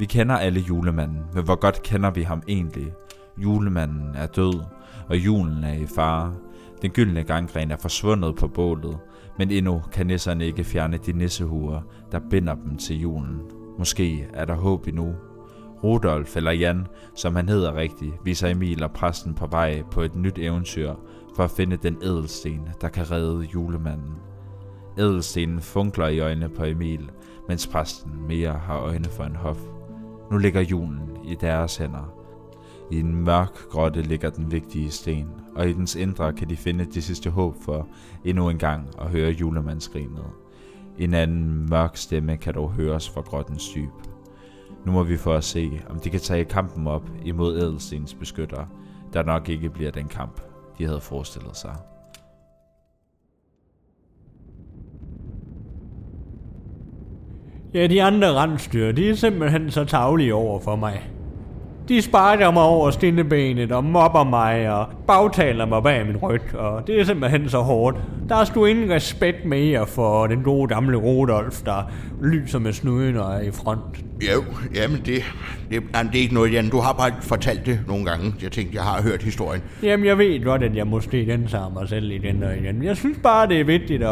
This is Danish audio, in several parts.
Vi kender alle julemanden, men hvor godt kender vi ham egentlig? Julemanden er død, og julen er i fare. Den gyldne ganggren er forsvundet på bålet, men endnu kan nisserne ikke fjerne de nissehuer, der binder dem til julen. Måske er der håb endnu. Rudolf, eller Jan, som han hedder rigtigt, viser Emil og præsten på vej på et nyt eventyr for at finde den ædelsten, der kan redde julemanden. Ædelstenen funkler i øjnene på Emil, mens præsten mere har øjne for en hof. Nu ligger julen i deres hænder. I en mørk grotte ligger den vigtige sten, og i dens indre kan de finde det sidste håb for endnu en gang at høre julemandsgrinet. En anden mørk stemme kan dog høres fra grottens dyb. Nu må vi få at se, om de kan tage kampen op imod ædelstens beskyttere, der nok ikke bliver den kamp, de havde forestillet sig. Ja, de andre rensdyr, de er simpelthen så tarvelige over for mig. De sparker mig over stinnebenet og mobber mig og bagtaler mig bag min ryg, og det er simpelthen så hårdt. Der er sgu ingen respekt mere for den gode gamle Rudolf, der lyser med snuden og er i front. Jo, jamen det er ikke noget, Jan. Du har bare fortalt det nogle gange. Jeg tænkte, jeg har hørt historien. Jamen, jeg ved godt, at jeg måske gentager mig selv igen og igen. Jeg synes bare, det er vigtigt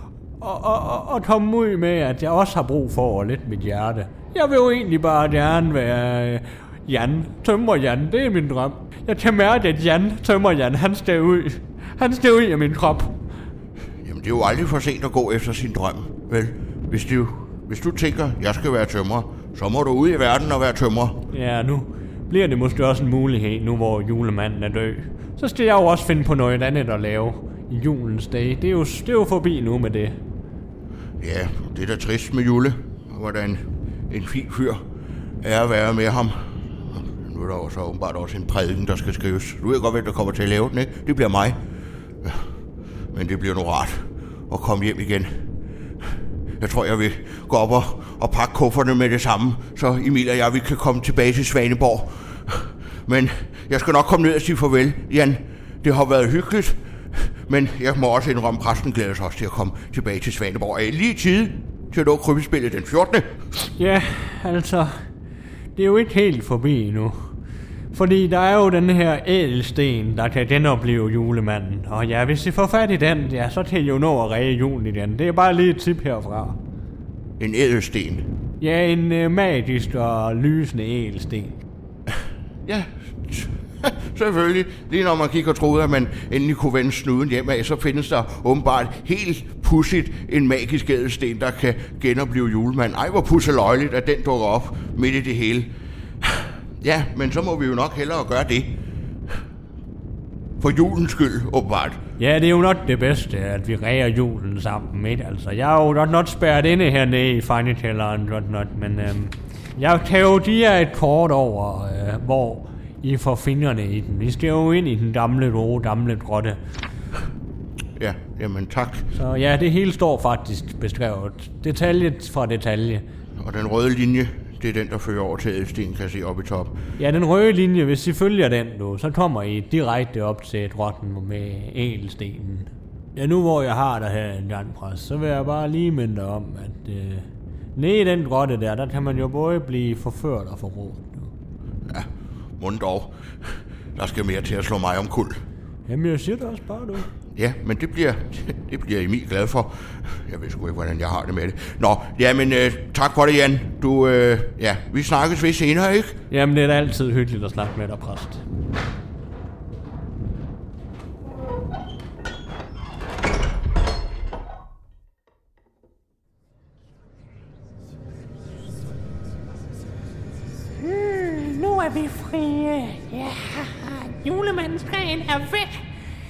at komme ud med, at jeg også har brug for at lette mit hjerte. Jeg vil jo egentlig bare gerne være Jan, Tømrer Jan, det er min drøm. Jeg kan mærke, at Jan, Tømrer Jan, han skal ud af min krop. Jamen, det er jo aldrig for sent at gå efter sin drøm, vel? Hvis du tænker, jeg skal være tømrer, så må du ud i verden og være tømrer. Ja, nu bliver det måske også en mulighed, nu hvor julemanden er død. Så skal jeg jo også finde på noget andet at lave i julens dag. Det er jo forbi nu med det. Ja, det er da trist med Jule. Hvordan en fin fyr er at være med ham. Nu er der jo så åbenbart også en prædiken, der skal skrives. Du ved godt, hvem der kommer til at lave den, ikke? Det bliver mig. Men det bliver nu rart at komme hjem igen. Jeg tror, jeg vil gå op og pakke kufferne med det samme, så Emil og jeg vi kan komme tilbage til Svaneborg. Men jeg skal nok komme ned og sige farvel, Jan. Det har været hyggeligt, men jeg må også indrømme, præsten glæder sig også til at komme tilbage til Svaneborg. Er lige tid til at nå krybespillet den 14. Ja, altså, det er jo ikke helt forbi endnu. Fordi der er jo den her ædelsten, der kan genopleve julemanden. Og ja, hvis I får fat i den, ja, så kan I jo nå at redde julen igen. Det er bare lige et tip herfra. En ædelsten? Ja, en magisk og lysende ædelsten. Ja, selvfølgelig. Lige når man kigger og troede, at man endelig kunne vende snuden hjem af, så findes der åbenbart helt pudsigt en magisk ædelsten, der kan genopleve julemanden. Ej, hvor pusseløjeligt, at den dukker op midt i det hele. Ja, men så må vi jo nok hellere gøre det. For julens skyld, åbenbart. Ja, det er jo nok det bedste, at vi ræger julen sammen med. Altså, jeg er jo nok spærret inde hernede i fangekælderen, men jeg kan jo give et kort over, hvor I får fingrene i den. Vi skal jo ind i den gamle grotte. Ja, jamen tak. Så ja, det hele står faktisk beskrevet. Detalje fra detalje. Og den røde linje, det er den, der fører over til ædelstenen, kan jeg se oppe i toppen. Ja, den røde linje, hvis I følger den nu, så kommer I direkte op til grotten med ædelstenen. Ja, nu hvor jeg har dig her en gang, præst, så vil jeg bare lige minde om, at nede i den grotte der kan man jo både blive forført og forrådt. Ja, mund dog. Der skal mere til at slå mig omkuld. Jamen, jeg siger det også bare, du. Ja, men det bliver Emil glad for. Jeg ved sgu ikke, hvordan jeg har det med det. Nå, jamen, tak for det, Jan. Vi snakkes ved senere, ikke? Jamen, det er da altid hyggeligt at snakke med dig, præst. Nu er vi frie. Ja, julemandens gren er væk.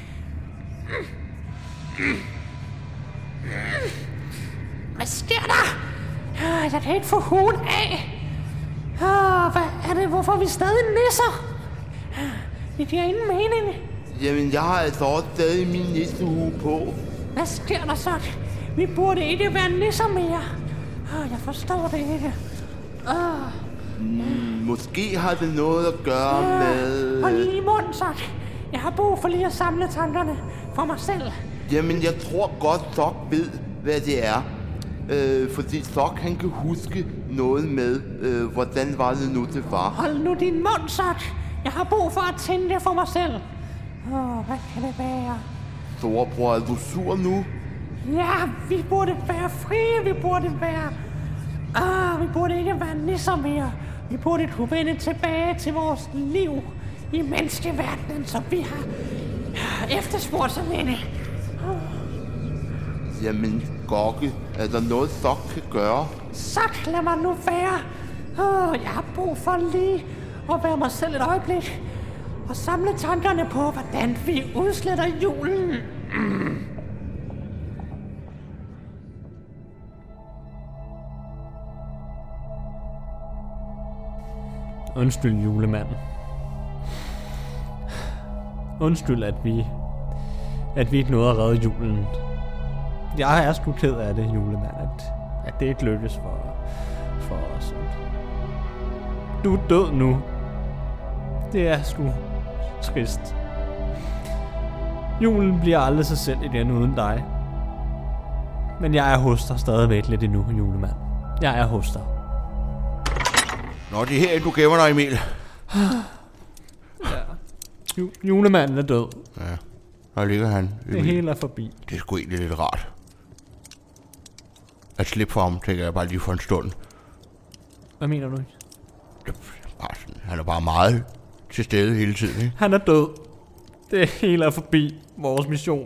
Hvad sker der? Jeg kan ikke få hovedet af. Hvad er det? Hvorfor er vi stadig nisser? Det giver ingen mening. Jamen, jeg har altså også stadig min nissehue på. Hvad sker der så? Vi burde ikke være nisser mere. Jeg forstår det ikke. Måske har det noget at gøre med... Hold lige i munden, så. Jeg har brug for lige at samle tankerne for mig selv. Jamen, jeg tror godt Sok ved, hvad det er. fordi Sok han kan huske noget med, hvordan var det nu, det var. Hold nu din mund, Sok. Jeg har brug for at tænde det for mig selv. Hvad kan det være? Storebror, er du sur nu? Ja, vi burde være frie. Vi burde være... vi burde ikke være nisser mere. Vi burde kunne vende tilbage til vores liv i menneskeverdenen, som vi har efterspurgt så længe. Jamen, Gokke, er der noget, Sok kan gøre? Sok, lad mig nu være. Jeg har brug for lige at være mig selv et øjeblik og samle tankerne på, hvordan vi udsletter julen. Undskyld, julemand. Undskyld, at vi ikke nåede at redde julen. Jeg er sgu ked af det, julemand, at det ikke lykkes for os. Du er død nu. Det er sgu trist. Julen bliver aldrig sig selv igen uden dig. Men jeg er hos dig stadigvæk lidt endnu, julemand. Jeg er hos dig. Nå, det er her, du gemmer dig, Emil. Ja. Julemanden er død. Ja, der ligger han. Emil. Det hele er forbi. Det er sgu egentlig lidt rart. At slippe for ham, tænker jeg bare lige for en stund. Hvad mener du ikke? Han er bare meget til stede hele tiden, ikke? Han er død. Det hele er forbi. Vores mission.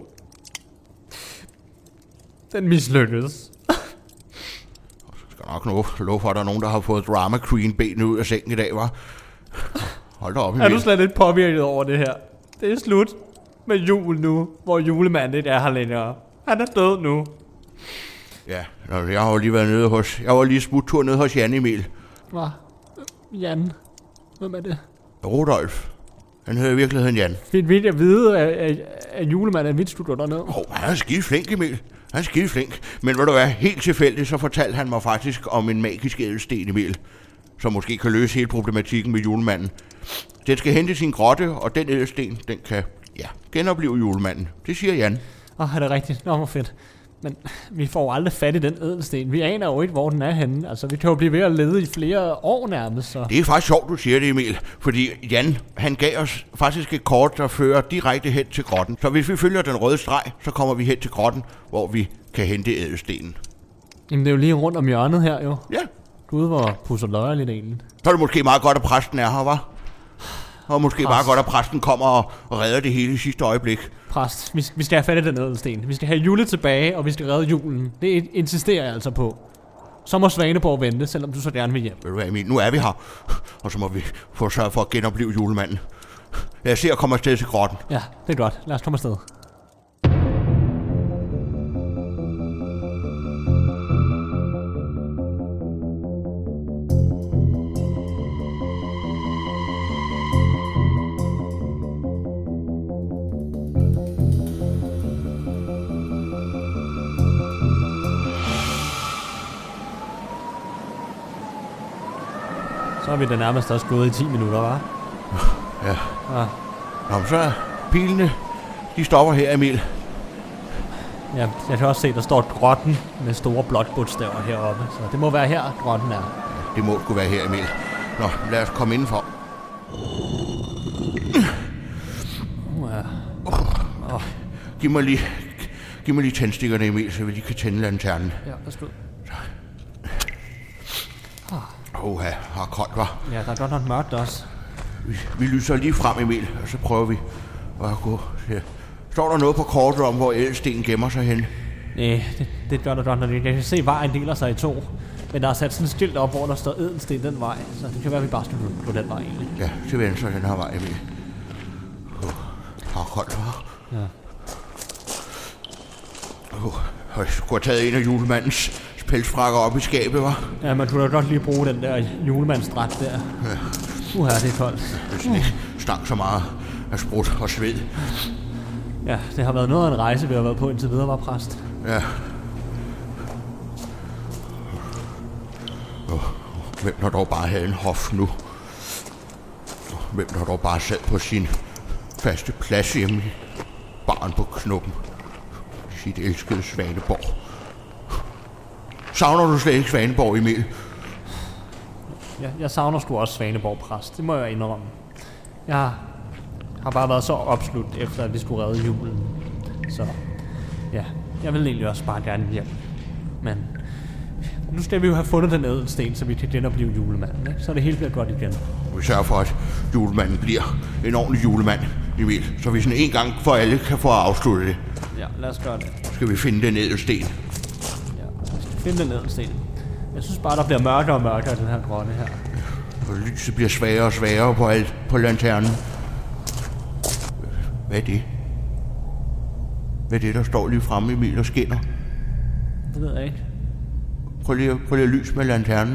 Den mislykkedes. Skal nok love for, at der er nogen, der har fået drama queen benet ud af sengen i dag, hva'? Hold da op, Emil. Er du slet ikke påvirket over det her? Det er slut med jul nu, hvor julemanden ikke er her længere. Han er død nu. Ja, jeg har jo lige været nede hos... Jeg var lige smuttur nede hos Jan, Emil. Hvad? Jan? Hvem er det? Rudolf. Han hedder i virkeligheden Jan. Fint vildt at vide, at julemanden er vildstutter dernede. Han er skide flink, Emil. Han er skide flink. Men ved du hvad, helt tilfældigt, så fortalte han mig faktisk om en magisk ædelsten, Emil. Som måske kan løse hele problematikken med julemanden. Den skal hente sin grotte, og den ædelsten, den kan, genopleve julemanden. Det siger Jan. Er det rigtigt? Nå, hvor fedt. Men vi får aldrig fat i den ædelsten. Vi aner jo ikke, hvor den er henne. Altså, vi kan jo blive ved at lede i flere år nærmest. Så. Det er faktisk sjovt, du siger det, Emil. Fordi Jan, han gav os faktisk et kort, der fører direkte hen til grotten. Så hvis vi følger den røde streg, så kommer vi hen til grotten, hvor vi kan hente ædelstenen. Jamen, det er jo lige rundt om hjørnet her, jo. Ja. Gud, hvor pusseløjerligt egentlig. Så er det måske meget godt, at præsten er her, hva'? Og måske bare godt, at præsten kommer og redder det hele i sidste øjeblik. Præst, vi skal have fat i den ædelsten. Vi skal have Jule tilbage, og vi skal redde julen. Det insisterer jeg altså på. Så må Svaneborg vente, selvom du så gerne vil hjem. Ved du hvad, Emil? Nu er vi her. Og så må vi få sørget for at genopleve julemanden. Lad os se at komme afsted til grotten. Ja, det er godt. Lad os komme afsted. Så er vi da nærmest også gået i 10 minutter, hva'? Ja. Nå, så er pilene, de stopper her, Emil. Ja, jeg kan også se, der står grotten med store blåtbogstaver heroppe. Så det må være her, grotten er. Ja, det må sgu være her, Emil. Nå, lad os komme indenfor. Giv mig lige tændstikkerne, Emil, så vi lige kan tænde lanternen. Ja, værsgo. Har koldt, hva'? Ja, der er godt nok mørkt også. Vi lyser lige frem, Emil, og så prøver vi at gå her. Står der noget på kortet om, hvor ædelstenen gemmer sig hen? Nej, det gør der godt nok ikke. Jeg kan se, at vejen deler sig i to. Men der er sat sådan et skilt op, hvor der står ædelsten den vej. Så det kan være, at vi bare skal gå den vej egentlig. Ja, til venstre den her vej, Emil. Har koldt, hva'? Ja. Jeg skulle have taget en af julemandens pelsfrakker op i skabet, hva'? Ja, men du kan godt lige bruge den der julemandsdræt der. Ja. Det er koldt. Det stank så meget af sprut og sved. Ja, det har været noget af en rejse, vi har været på indtil videre, var præst. Ja. Hvem der dog bare havde en hof nu? Hvem der dog bare sad på sin faste plads hjemme i baren på Knuppen? Sit elskede Svaneborg. Savner du slet ikke Svaneborg, Emil? Jeg savner sgu også Svaneborg, præst. Det må jeg indrømme. Jeg har bare været så opslugt efter, at vi skulle redde julen. Så ja, jeg vil egentlig også bare gerne hjem. Men nu skal vi jo have fundet den ædelsten, så vi kan genopleve julemanden, ikke? Så det hele bliver godt igen. Vi sørger for, at julemanden bliver en ordentlig julemand, Emil. Så vi sådan en gang for alle kan få afsluttet det. Ja, lad os gøre det. Skal vi finde den ædelsten? Ja, vi skal finde den ædelsten. Jeg synes bare, der bliver mørkere og mørkere i den her grotte her. Og lyset bliver svagere og svagere på lanternen. Hvad er det? Hvad er det, der står lige fremme, Emil, og skinner? Det ved jeg ikke. Prøv lige at lys med lanternen.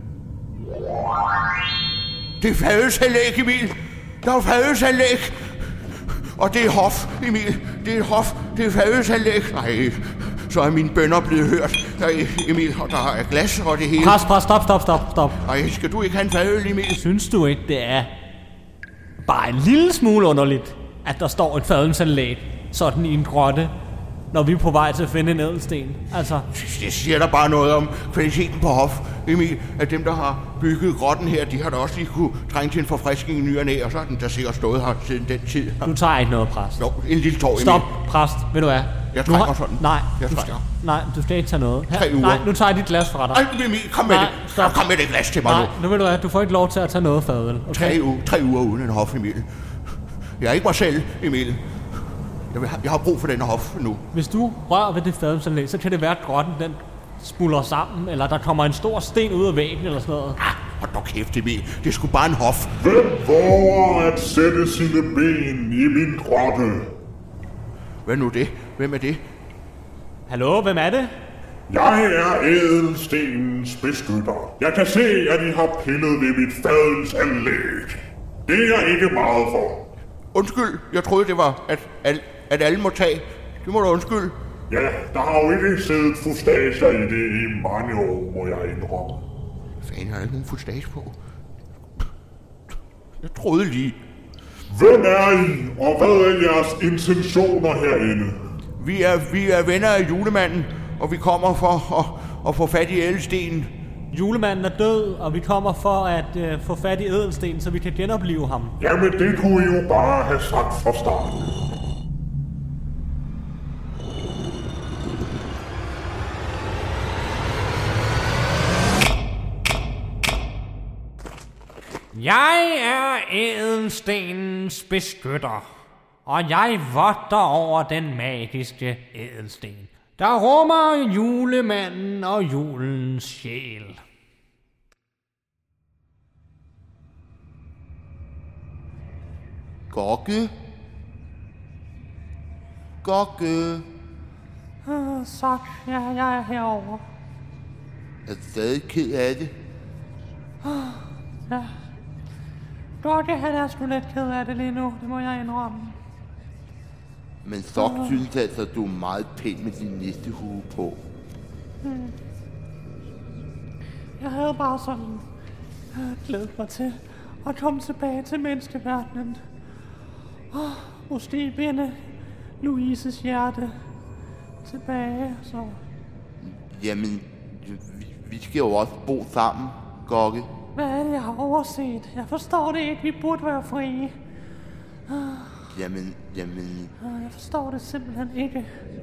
Det er fadelsanlæg, Emil! Der er fadelsanlæg! Og det er hof, Emil. Det er hof. Det er fadelsanlæg. Nej, så er mine bønner blevet hørt. Emil, og der er glas og det hele. Pres, stop. Nej, skal du ikke have en fadøl, Emil? Synes du ikke, det er bare en lille smule underligt, at der står et fadelsanlæg sådan i en grotte, når vi er på vej til at finde en ædelsten? Altså, det siger der bare noget om kvaliteten på hof, Emil. At dem, der har bygget grotten her, de har da også lige kunne trænge til en forfriskning i ny og næ, og så har den der sikkert stået her siden den tid. Du tager ikke noget, præst. Jo, en lille tår, Emil. Stop, præst. Ved du hvad? Jeg trækker sådan. Nej, jeg trækker. Nej, du skal ikke tage noget. Her, 3 uger. Nej, nu tager jeg dit glas fra dig. Ej, Emil, kom med det. Stop. Kom med det glas til mig nu. Nej, nu ved du hvad, du får ikke lov til at tage noget fadøl. Okay? 3 uger uden en hof, Emil. Jeg er ikke mig selv, Emil. Jeg har brug for den hof nu. Hvis du rører ved det fadelsanlæg, så kan det være, at grotten den smuldrer sammen, eller der kommer en stor sten ud af væggen, eller sådan noget. Hold da kæft, Emil. Det er sgu bare en hof. Hvem våger at sætte sine ben i min grotte? Hvad nu det? Hvem er det? Hallo, hvem er det? Jeg er ædelstenens beskytter. Jeg kan se, at I har pillet ved mit fadelsanlæg. Det er jeg ikke meget for. Undskyld, jeg troede det var, at alle må tage. Det må du undskylde. Ja, der har jo ikke siddet fustager i det i mange år, må jeg indrømme. Fanden, har der ikke nogen fustage på? Jeg troede lige. Hvem er I, og hvad er jeres intentioner herinde? Vi er venner af julemanden, og vi kommer for at få fat i ædelstenen. Julemanden er død, og vi kommer for at få fat i ædelstenen, så vi kan genopleve ham. Jamen, det kunne I jo bare have sagt fra starten. Jeg er ædelstenens beskytter, og jeg vogter over den magiske ædelsten, der rummer julemanden og julens sjæl. Gokke? Så jeg er herovre. Er du stadig ked af det? Ja. Gokke, han er sgu lidt ked af det lige nu, det må jeg indrømme. Men Sok synes altså, at du er meget pæn med din næste hue på. Jeg havde bare sådan glædet mig til at komme tilbage til menneskeverdenen. Måske vinde Louises hjerte tilbage, så... Jamen, vi skal jo også bo sammen, Gokke. Hvad er det, jeg har overset? Jeg forstår det ikke. Vi burde være frie. Jamen... Jeg forstår det simpelthen ikke.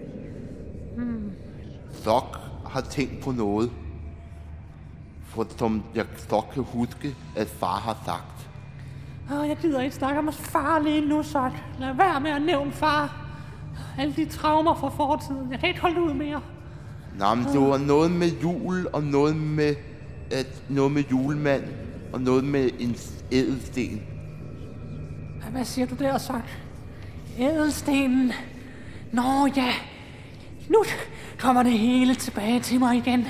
Sok har tænkt på noget. For som jeg Sok kan huske, at far har sagt. Jeg gider ikke snakke om far lige nu, Sok. Lad være med at nævne far. Alle de traumer fra fortiden. Jeg kan ikke holde ud mere. Nej, men det var noget med jul, og noget med julemand, og noget med en ædelsten. Hvad siger du der, Sok? Ædelstenen. Nå ja. Nu kommer det hele tilbage til mig igen.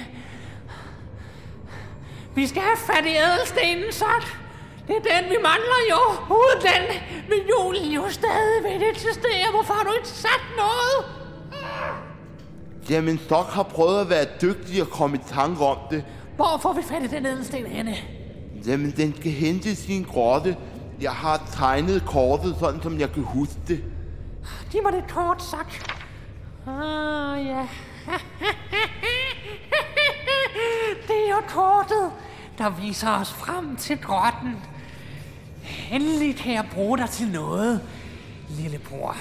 Vi skal have fat i ædelstenen, Sok. Det er den, vi mangler jo. Uden den vil julen jo stadigvæk eksistere. Hvorfor har du ikke sagt noget? Jamen, Sok har prøvet at være dygtig og komme i tanke om det. Hvor får vi fat i den ædelsten henne? Jamen, den skal hentes i en grotte. Jeg har tegnet kortet, sådan som jeg kan huske det. Giv mig det kort, Sok. Ja. jo kortet, der viser os frem til grotten. Endelig kan jeg bruge dig til noget, lillebror.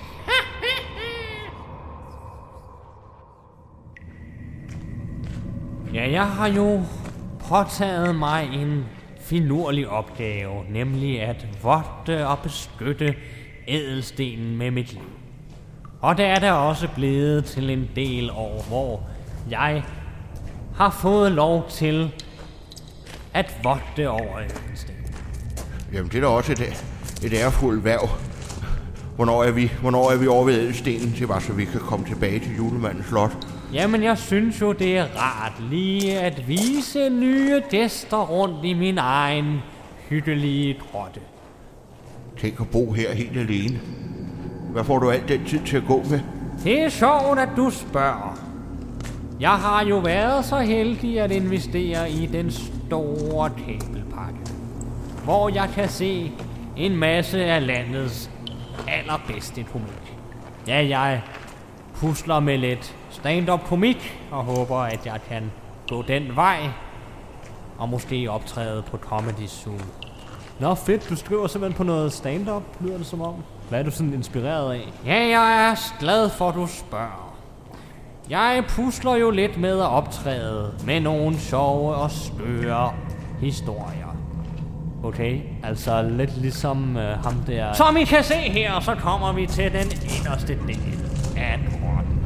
Ja, jeg har jo påtaget mig en finurlig opgave, nemlig at vogte og beskytte ædelstenen med mit liv. Og det er der også blevet til en del år, hvor jeg har fået lov til at vogte over ædelstenen. Jamen, det er da også et ærefuldt værv. Hvornår er vi over ved ædelstenen til bare så vi kan komme tilbage til julemandens slot? Jamen, jeg synes jo, det er rart lige at vise nye gæster rundt i min egen hyggelige grotte. Tænk at bo her helt alene. Hvad får du alt den tid til at gå med? Det er sjovt, at du spørger. Jeg har jo været så heldig at investere i den store kabelpakke, hvor jeg kan se en masse af landets allerbedste komik. Ja, jeg pusler med lidt stand-up komik og håber, at jeg kan gå den vej og måske optræde på Comedy Zoo. Nå, fedt. Du skriver simpelthen på noget stand-up, lyder det som om. Hvad er du sådan inspireret af? Ja, jeg er glad for, at du spørger. Jeg pusler jo lidt med at optræde med nogle sjove og skøre historier. Okay, altså lidt ligesom ham der... Som I kan se her, så kommer vi til den inderste del af grotten.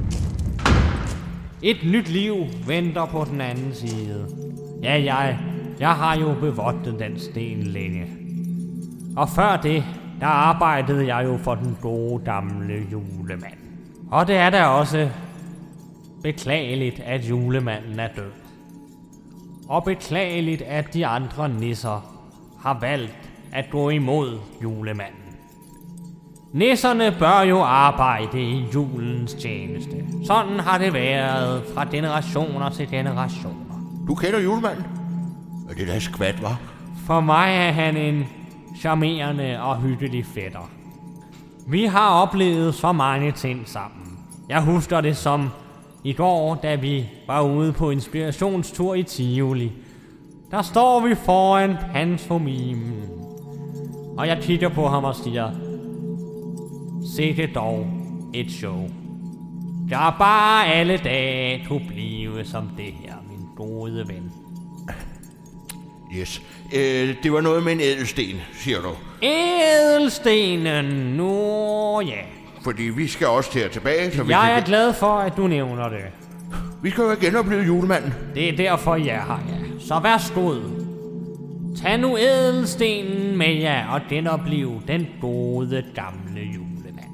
Et nyt liv venter på den anden side. Ja, jeg har jo bevogtet den sten længe. Og før det, der arbejdede jeg jo for den gode gamle julemand. Og det er da også beklageligt, at julemanden er død. Og beklageligt, at de andre nisser har valgt at gå imod julemanden. Nisserne bør jo arbejde i julens tjeneste. Sådan har det været fra generationer til generationer. Du kender julemanden? Er det da skvat, hva'? For mig er han en charmerende og hyggelig fætter. Vi har oplevet så mange ting sammen. Jeg husker det som i går, da vi var ude på inspirationstur i Tivoli. Der står vi foran pantomimen. Og jeg kigger på ham og siger: sikke dog et show. Der bare alle dage kunne blive som det her, min gode ven. Yes. Det var noget med en ædelsten, siger du. Ædelstenen, nu ja. Fordi vi skal også tilbage, så vi Jeg er glad for, at du nævner det. Vi skal jo genopleve julemanden. Det er derfor, jeg er her, ja. Så værsgo. Tag nu ædelstenen med jer og genopliv den gode gamle julemand.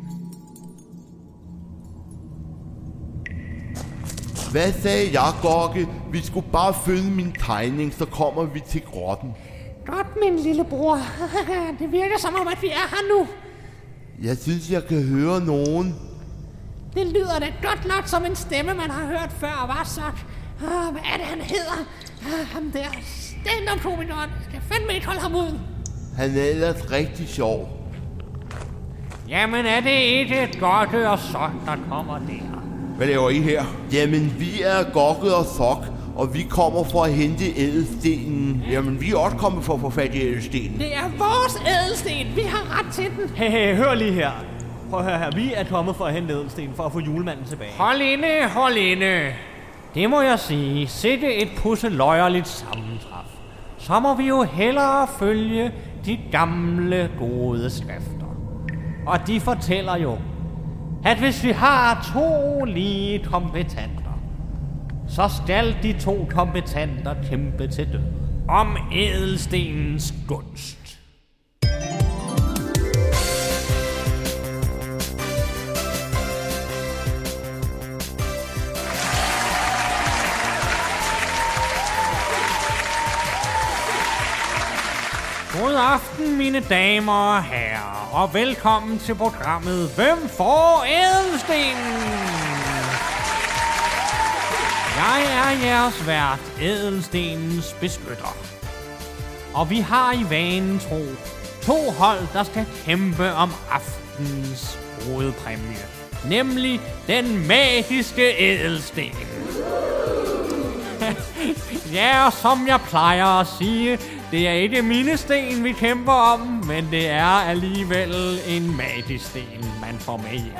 Hvad sagde jeg, Gorke? Vi skulle bare følge min tegning, så kommer vi til grotten. Godt, min lillebror. Det virker som om, at vi er her nu. Jeg synes, jeg kan høre nogen. Det lyder da godt nok som en stemme, man har hørt før, var så. Hvad er det, han hedder? Ham der stand-up-komikeren. Jeg kan fandme ikke holde ham ud. Han er ellers rigtig sjov. Jamen er det ikke et Gorke og Sok, der kommer der? Hvad laver I her? Jamen, vi er Gorke og Sok, og vi kommer for at hente ædelstenen. Jamen, vi er også kommet for at få fat i ædelstenen. Det er vores ædelsten. Vi har ret til den. Hey, hør lige her. Prøv at høre her. Vi er kommet for at hente ædelstenen for at få julemanden tilbage. Hold inde. Det må jeg sige. Sikke et pusseløjerligt sammentræf. Så må vi jo hellere følge de gamle gode skrifter. Og de fortæller jo, at hvis vi har 2 lige kompetanter, så skal de 2 kompetanter kæmpe til død om ædelstenens gunst. God aften, mine damer og herrer, og velkommen til programmet Hvem får ædelstenen? Jeg er jeres vært, ædelstenens beskytter. Og vi har i vanen tro 2 hold, der skal kæmpe om aftenens hovedpræmie, nemlig den magiske ædelsten. Ja, og som jeg plejer at sige, det er ikke mine sten, vi kæmper om, men det er alligevel en magisk sten, man får med hjem.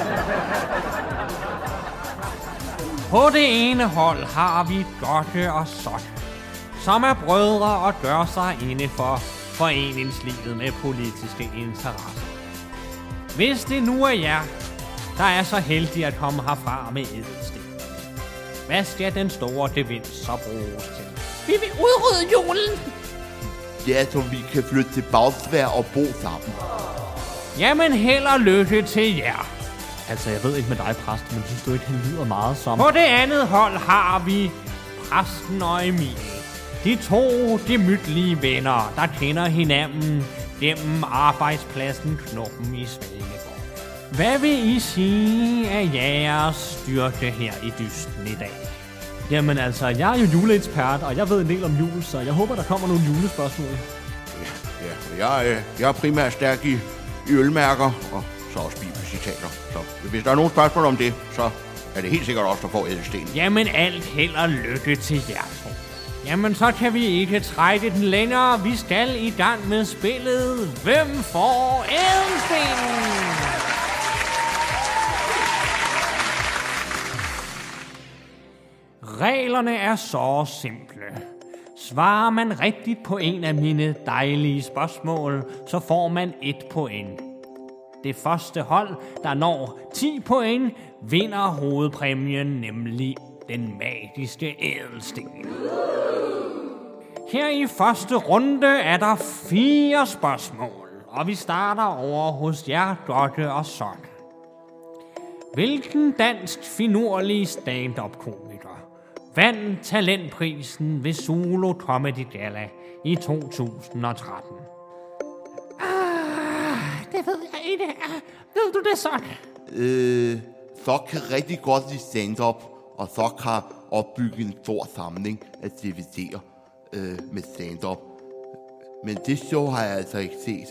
På det ene hold har vi Dorte og Sok, som er brødre og gør sig inde for foreningslivet med politiske interesser. Hvis det nu er jer, der er så heldig at komme herfra med ædelsten, hvad skal den store gevinst så bruges til? Vi vil udrydde julen. Ja, så vi kan flytte til Bagsvær og bo sammen. Jamen held og lykke til jer. Altså, jeg ved ikke med dig, præst, men synes du ikke, han lyder meget som... På det andet hold har vi præsten og Emil. De to gemytlige venner, der kender hinanden gennem arbejdspladsen Knoppen i Svaneborg. Hvad vil I sige af jeres styrke her i dysten i dag? Jamen altså, jeg er jo juleekspert, og jeg ved en del om jul, så jeg håber, der kommer nogle julespørgsmål. Ja, jeg er primært stærk i ølmærker, og så også bibelcitater. Så hvis der er nogle spørgsmål om det, så er det helt sikkert også, der får ædelstenen. Jamen alt held og lykke til jer to. Jamen så kan vi ikke trække den længere. Vi skal i gang med spillet. Hvem får ædelstenen? Reglerne er så simple. Svarer man rigtigt på en af mine dejlige spørgsmål, så får man 1 point. Det første hold, der når 10 point, vinder hovedpræmien, nemlig den magiske ædelsten. Her i første runde er der 4 spørgsmål, og vi starter over hos jer, Dorte og Sok. Hvilken dansk finurlig stand-up-komiker vandt talentprisen ved Zulu Comedy Gala i 2013? Det ved jeg ikke. Ved du det, Sok? Sok kan rigtig godt lide stand-up, og Sok har opbygget en stor samling af DVD'er med stand-up. Men det show har jeg altså ikke set.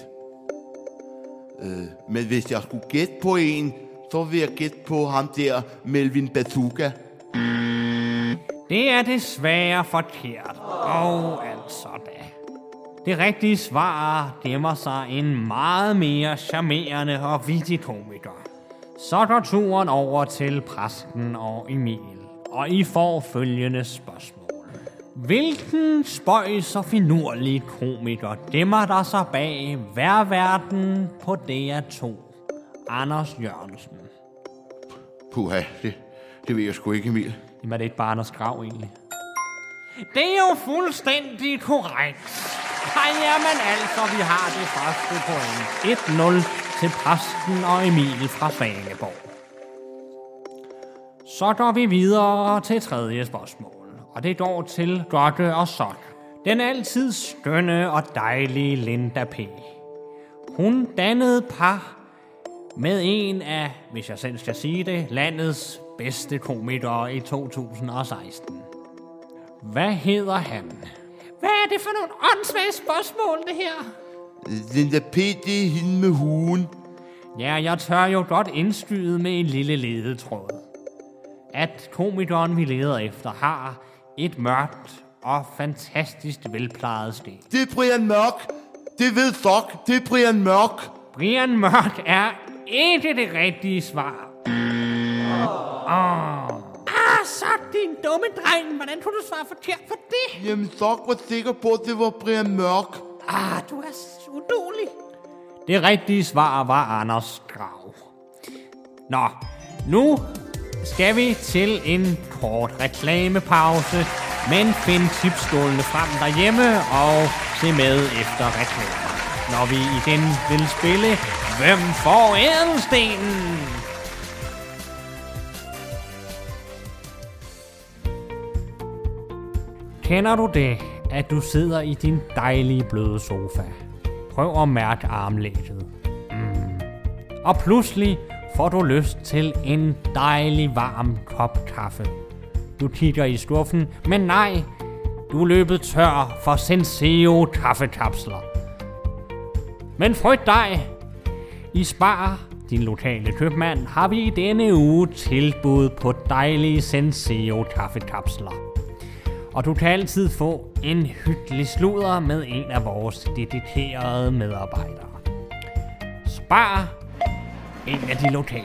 Men hvis jeg skulle gætte på en, så vil jeg gætte på ham der, Melvin Bazooka. Det er desværre forkert. Og altså da. Det rigtige svar gemmer sig en meget mere charmerende og vittig komiker. Så går turen over til præsten og Emil, og I får følgende spørgsmål. Hvilken spøjs og finurlig komiker gemmer der sig bag Vejrverden på DR2? Anders Jørgensen. Puha, det ved jeg sgu ikke, Emil. Jamen er det ikke bare Anders Grav egentlig? Det er jo fuldstændig korrekt. Jamen altså, vi har det første point. 1-0 til præsten og Emil fra Svaneborg. Så går vi videre til tredje spørgsmål. Og det går til Dorte og Sok. Den altid skønne og dejlige Linda P. Hun dannede par med en af, hvis jeg selv skal sige det, landets bedste komikere i 2016. Hvad hedder han? Hvad er det for nogle åndssvage spørgsmål, det her? Linda P, det er hende med huen. Ja, jeg tør jo godt indskyde med en lille ledetråd. At komikeren, vi leder efter, har et mørkt og fantastisk velplejet sted. Det er Brian Mørk. Det ved Sok. Det er Brian Mørk. Brian Mørk er ikke det rigtige svar. Så din dumme dreng. Hvordan kunne du svare forkert på det? Jamen, Sok var sikker på, at det var Brian Mørk. Du er uduelig. Det rigtige svar var Anders Grav. Nå, nu skal vi til en kort reklamepause, men find tipsstålene frem derhjemme og se med efter reklamer, når vi igen vil spille Hvem får ædelstenen? Kender du det, at du sidder i din dejlige bløde sofa? Prøv at mærke armlægget. Og pludselig får du lyst til en dejlig varm kop kaffe. Du kigger i skuffen, men nej, du er løbet tør for Senseo kaffekapsler. Men frygt dig! I Spar, din lokale købmand, har vi i denne uge tilbud på dejlige Senseo kaffekapsler. Og du kan altid få en hyggelig sludder med en af vores dedikerede medarbejdere. Spar en af de lokale.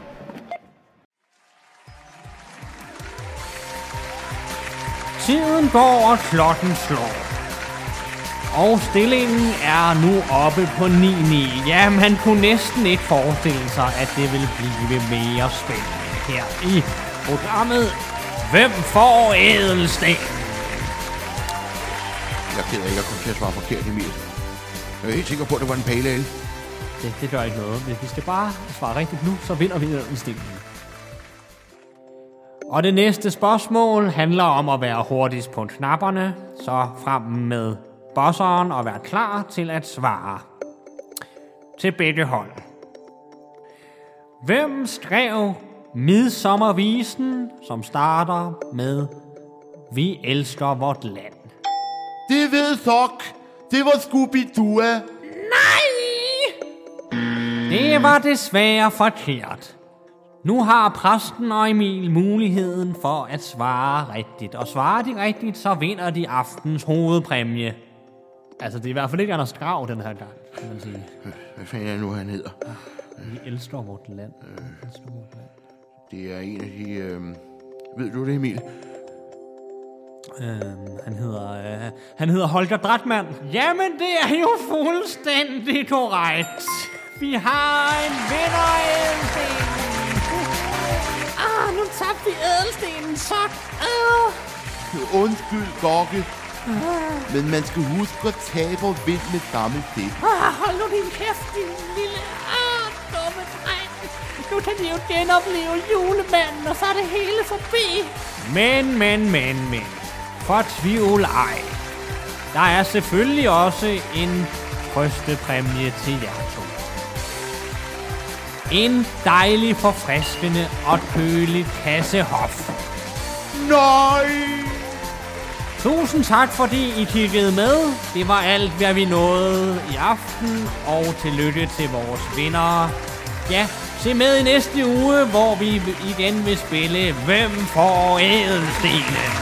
Tiden går, og klokken slår. Og stillingen er nu oppe på 9-9. Ja, man kunne næsten ikke forestille sig, at det vil blive mere spændende her i programmet. Hvem får ædelsten? Jeg er ked af, at jeg kom til at svare forkert, Emil. Jeg er helt sikker på, at det var en pale ale. Det gør ikke noget. Hvis vi skal bare svare rigtigt nu, så vinder vi ædelstenen. Og det næste spørgsmål handler om at være hurtigst på knapperne. Så frem med bosseren og være klar til at svare. Til begge hold. Hvem skrev Midsommervisen, som starter med Vi elsker vort land? Det ved Sok. Det var Scooby-Doo. Det var desværre forkert. Nu har præsten og Emil muligheden for at svare rigtigt. Og svarer de rigtigt, så vinder de aftens hovedpræmie. Altså, det er i hvert fald ikke Anders Grav den her gang, kan man sige. Hvad fanden er det nu, han hedder? Vi elsker vort land. Det er en af de... Ved du det, Emil? Han hedder Holger Dratman. Jamen, det er jo fuldstændig korrekt. Vi har en vinder af ædelstenen. Nu tabte vi ædelstenen, Sok. Undskyld, Gokke. Men man skal huske at tabe og vinde med samme sæt. Hold nu din kæft, din lille dumme dreng. Nu kan de jo genopleve julemanden, og så er det hele forbi. Men. Fortvivl ej. Der er selvfølgelig også en trøstepræmie til jer to. En dejlig, forfriskende og kølig kasse Hoff. Nej! Tusind tak, fordi I kiggede med. Det var alt, hvad vi nåede i aften. Og tillykke til vores vindere. Ja, se med i næste uge, hvor vi igen vil spille Hvem får ædelstenen?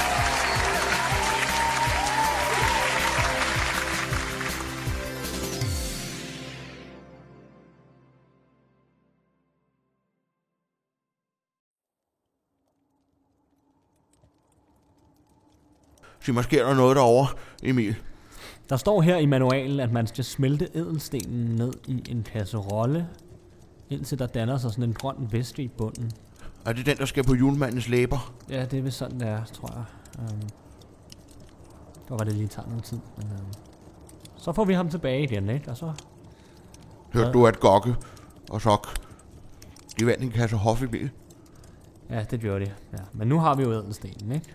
Sig mig, sker der noget derovre, Emil? Der står her i manualen, at man skal smelte ædelstenen ned i en kasserolle, indtil der danner sig sådan en grøn væske i bunden. Er det den, der skal på julemandens læber? Ja, det er vist sådan, det er, tror jeg. Der var det lige tager noget tid, men så får vi ham tilbage igen, ikke? Og så... Hørte du, at Gokke og Sok, de vandt en kasse Hoff, Emil? Ja, det gjorde de. Ja. Men nu har vi jo ædelstenen, ikke?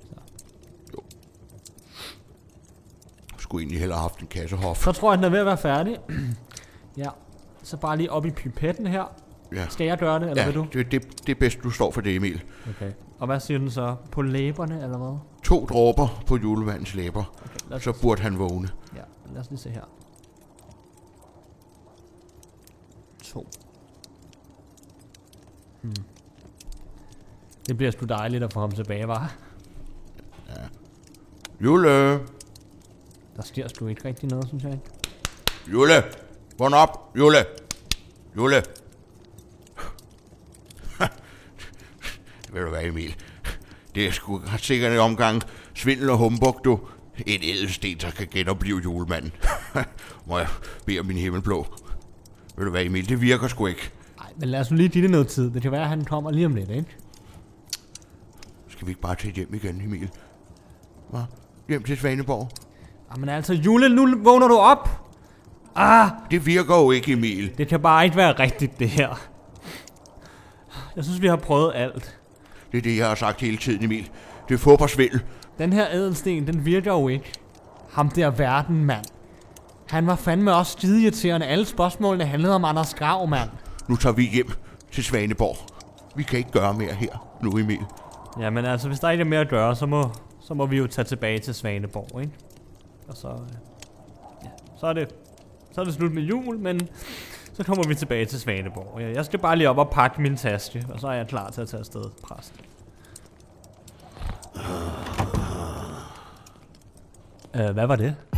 Skulle egentlig hellere have haft en kasse Hoff. Så tror jeg, den er ved at være færdig. Ja, så bare lige op i pipetten her. Ja. Skal jeg gøre det, eller vil du? Det er bedst, du står for det, Emil. Okay. Og hvad siger den så? På læberne, eller hvad? 2 dråber på julemandens læber. Okay, så burde han vågne. Ja, lad os lige se her. 2. Det bliver sgu dejligt at få ham tilbage, var. Ja. Jule! Der sker sgu ikke rigtig noget, synes jeg ikke. Jule! Vågn op! Jule! Jule! Ved du hvad, Emil? Det er sgu sikkert en omgang svindel og humbug, du. En ædelsten, der kan genopleve julemanden. Må jeg bede om min himmelblå. Ved du hvad, Emil? Det virker sgu ikke. Nej, men lad os nu lige give det noget tid. Det kan være, at han kommer lige om lidt, ikke? Skal vi ikke bare tage hjem igen, Emil? Hva? Hjem til Svaneborg? Jamen altså, Jule, nu vågner du op! Det virker jo ikke, Emil. Det kan bare ikke være rigtigt, det her. Jeg synes, vi har prøvet alt. Det er det, jeg har sagt hele tiden, Emil. Det er fodboldsvindel. Den her ædelsten, den virker jo ikke. Ham der verden, mand. Han var fandme også skideirriterende. Alle spørgsmålene handlede om Anders Grav, mand. Nu tager vi hjem til Svaneborg. Vi kan ikke gøre mere her nu, Emil. Jamen altså, hvis der ikke er mere at gøre, så må vi jo tage tilbage til Svaneborg, ikke? Og så... Ja, så er det slut med jul, men så kommer vi tilbage til Svaneborg. Jeg skal bare lige op og pakke min taske, og så er jeg klar til at tage afsted, præst. Hvad var det?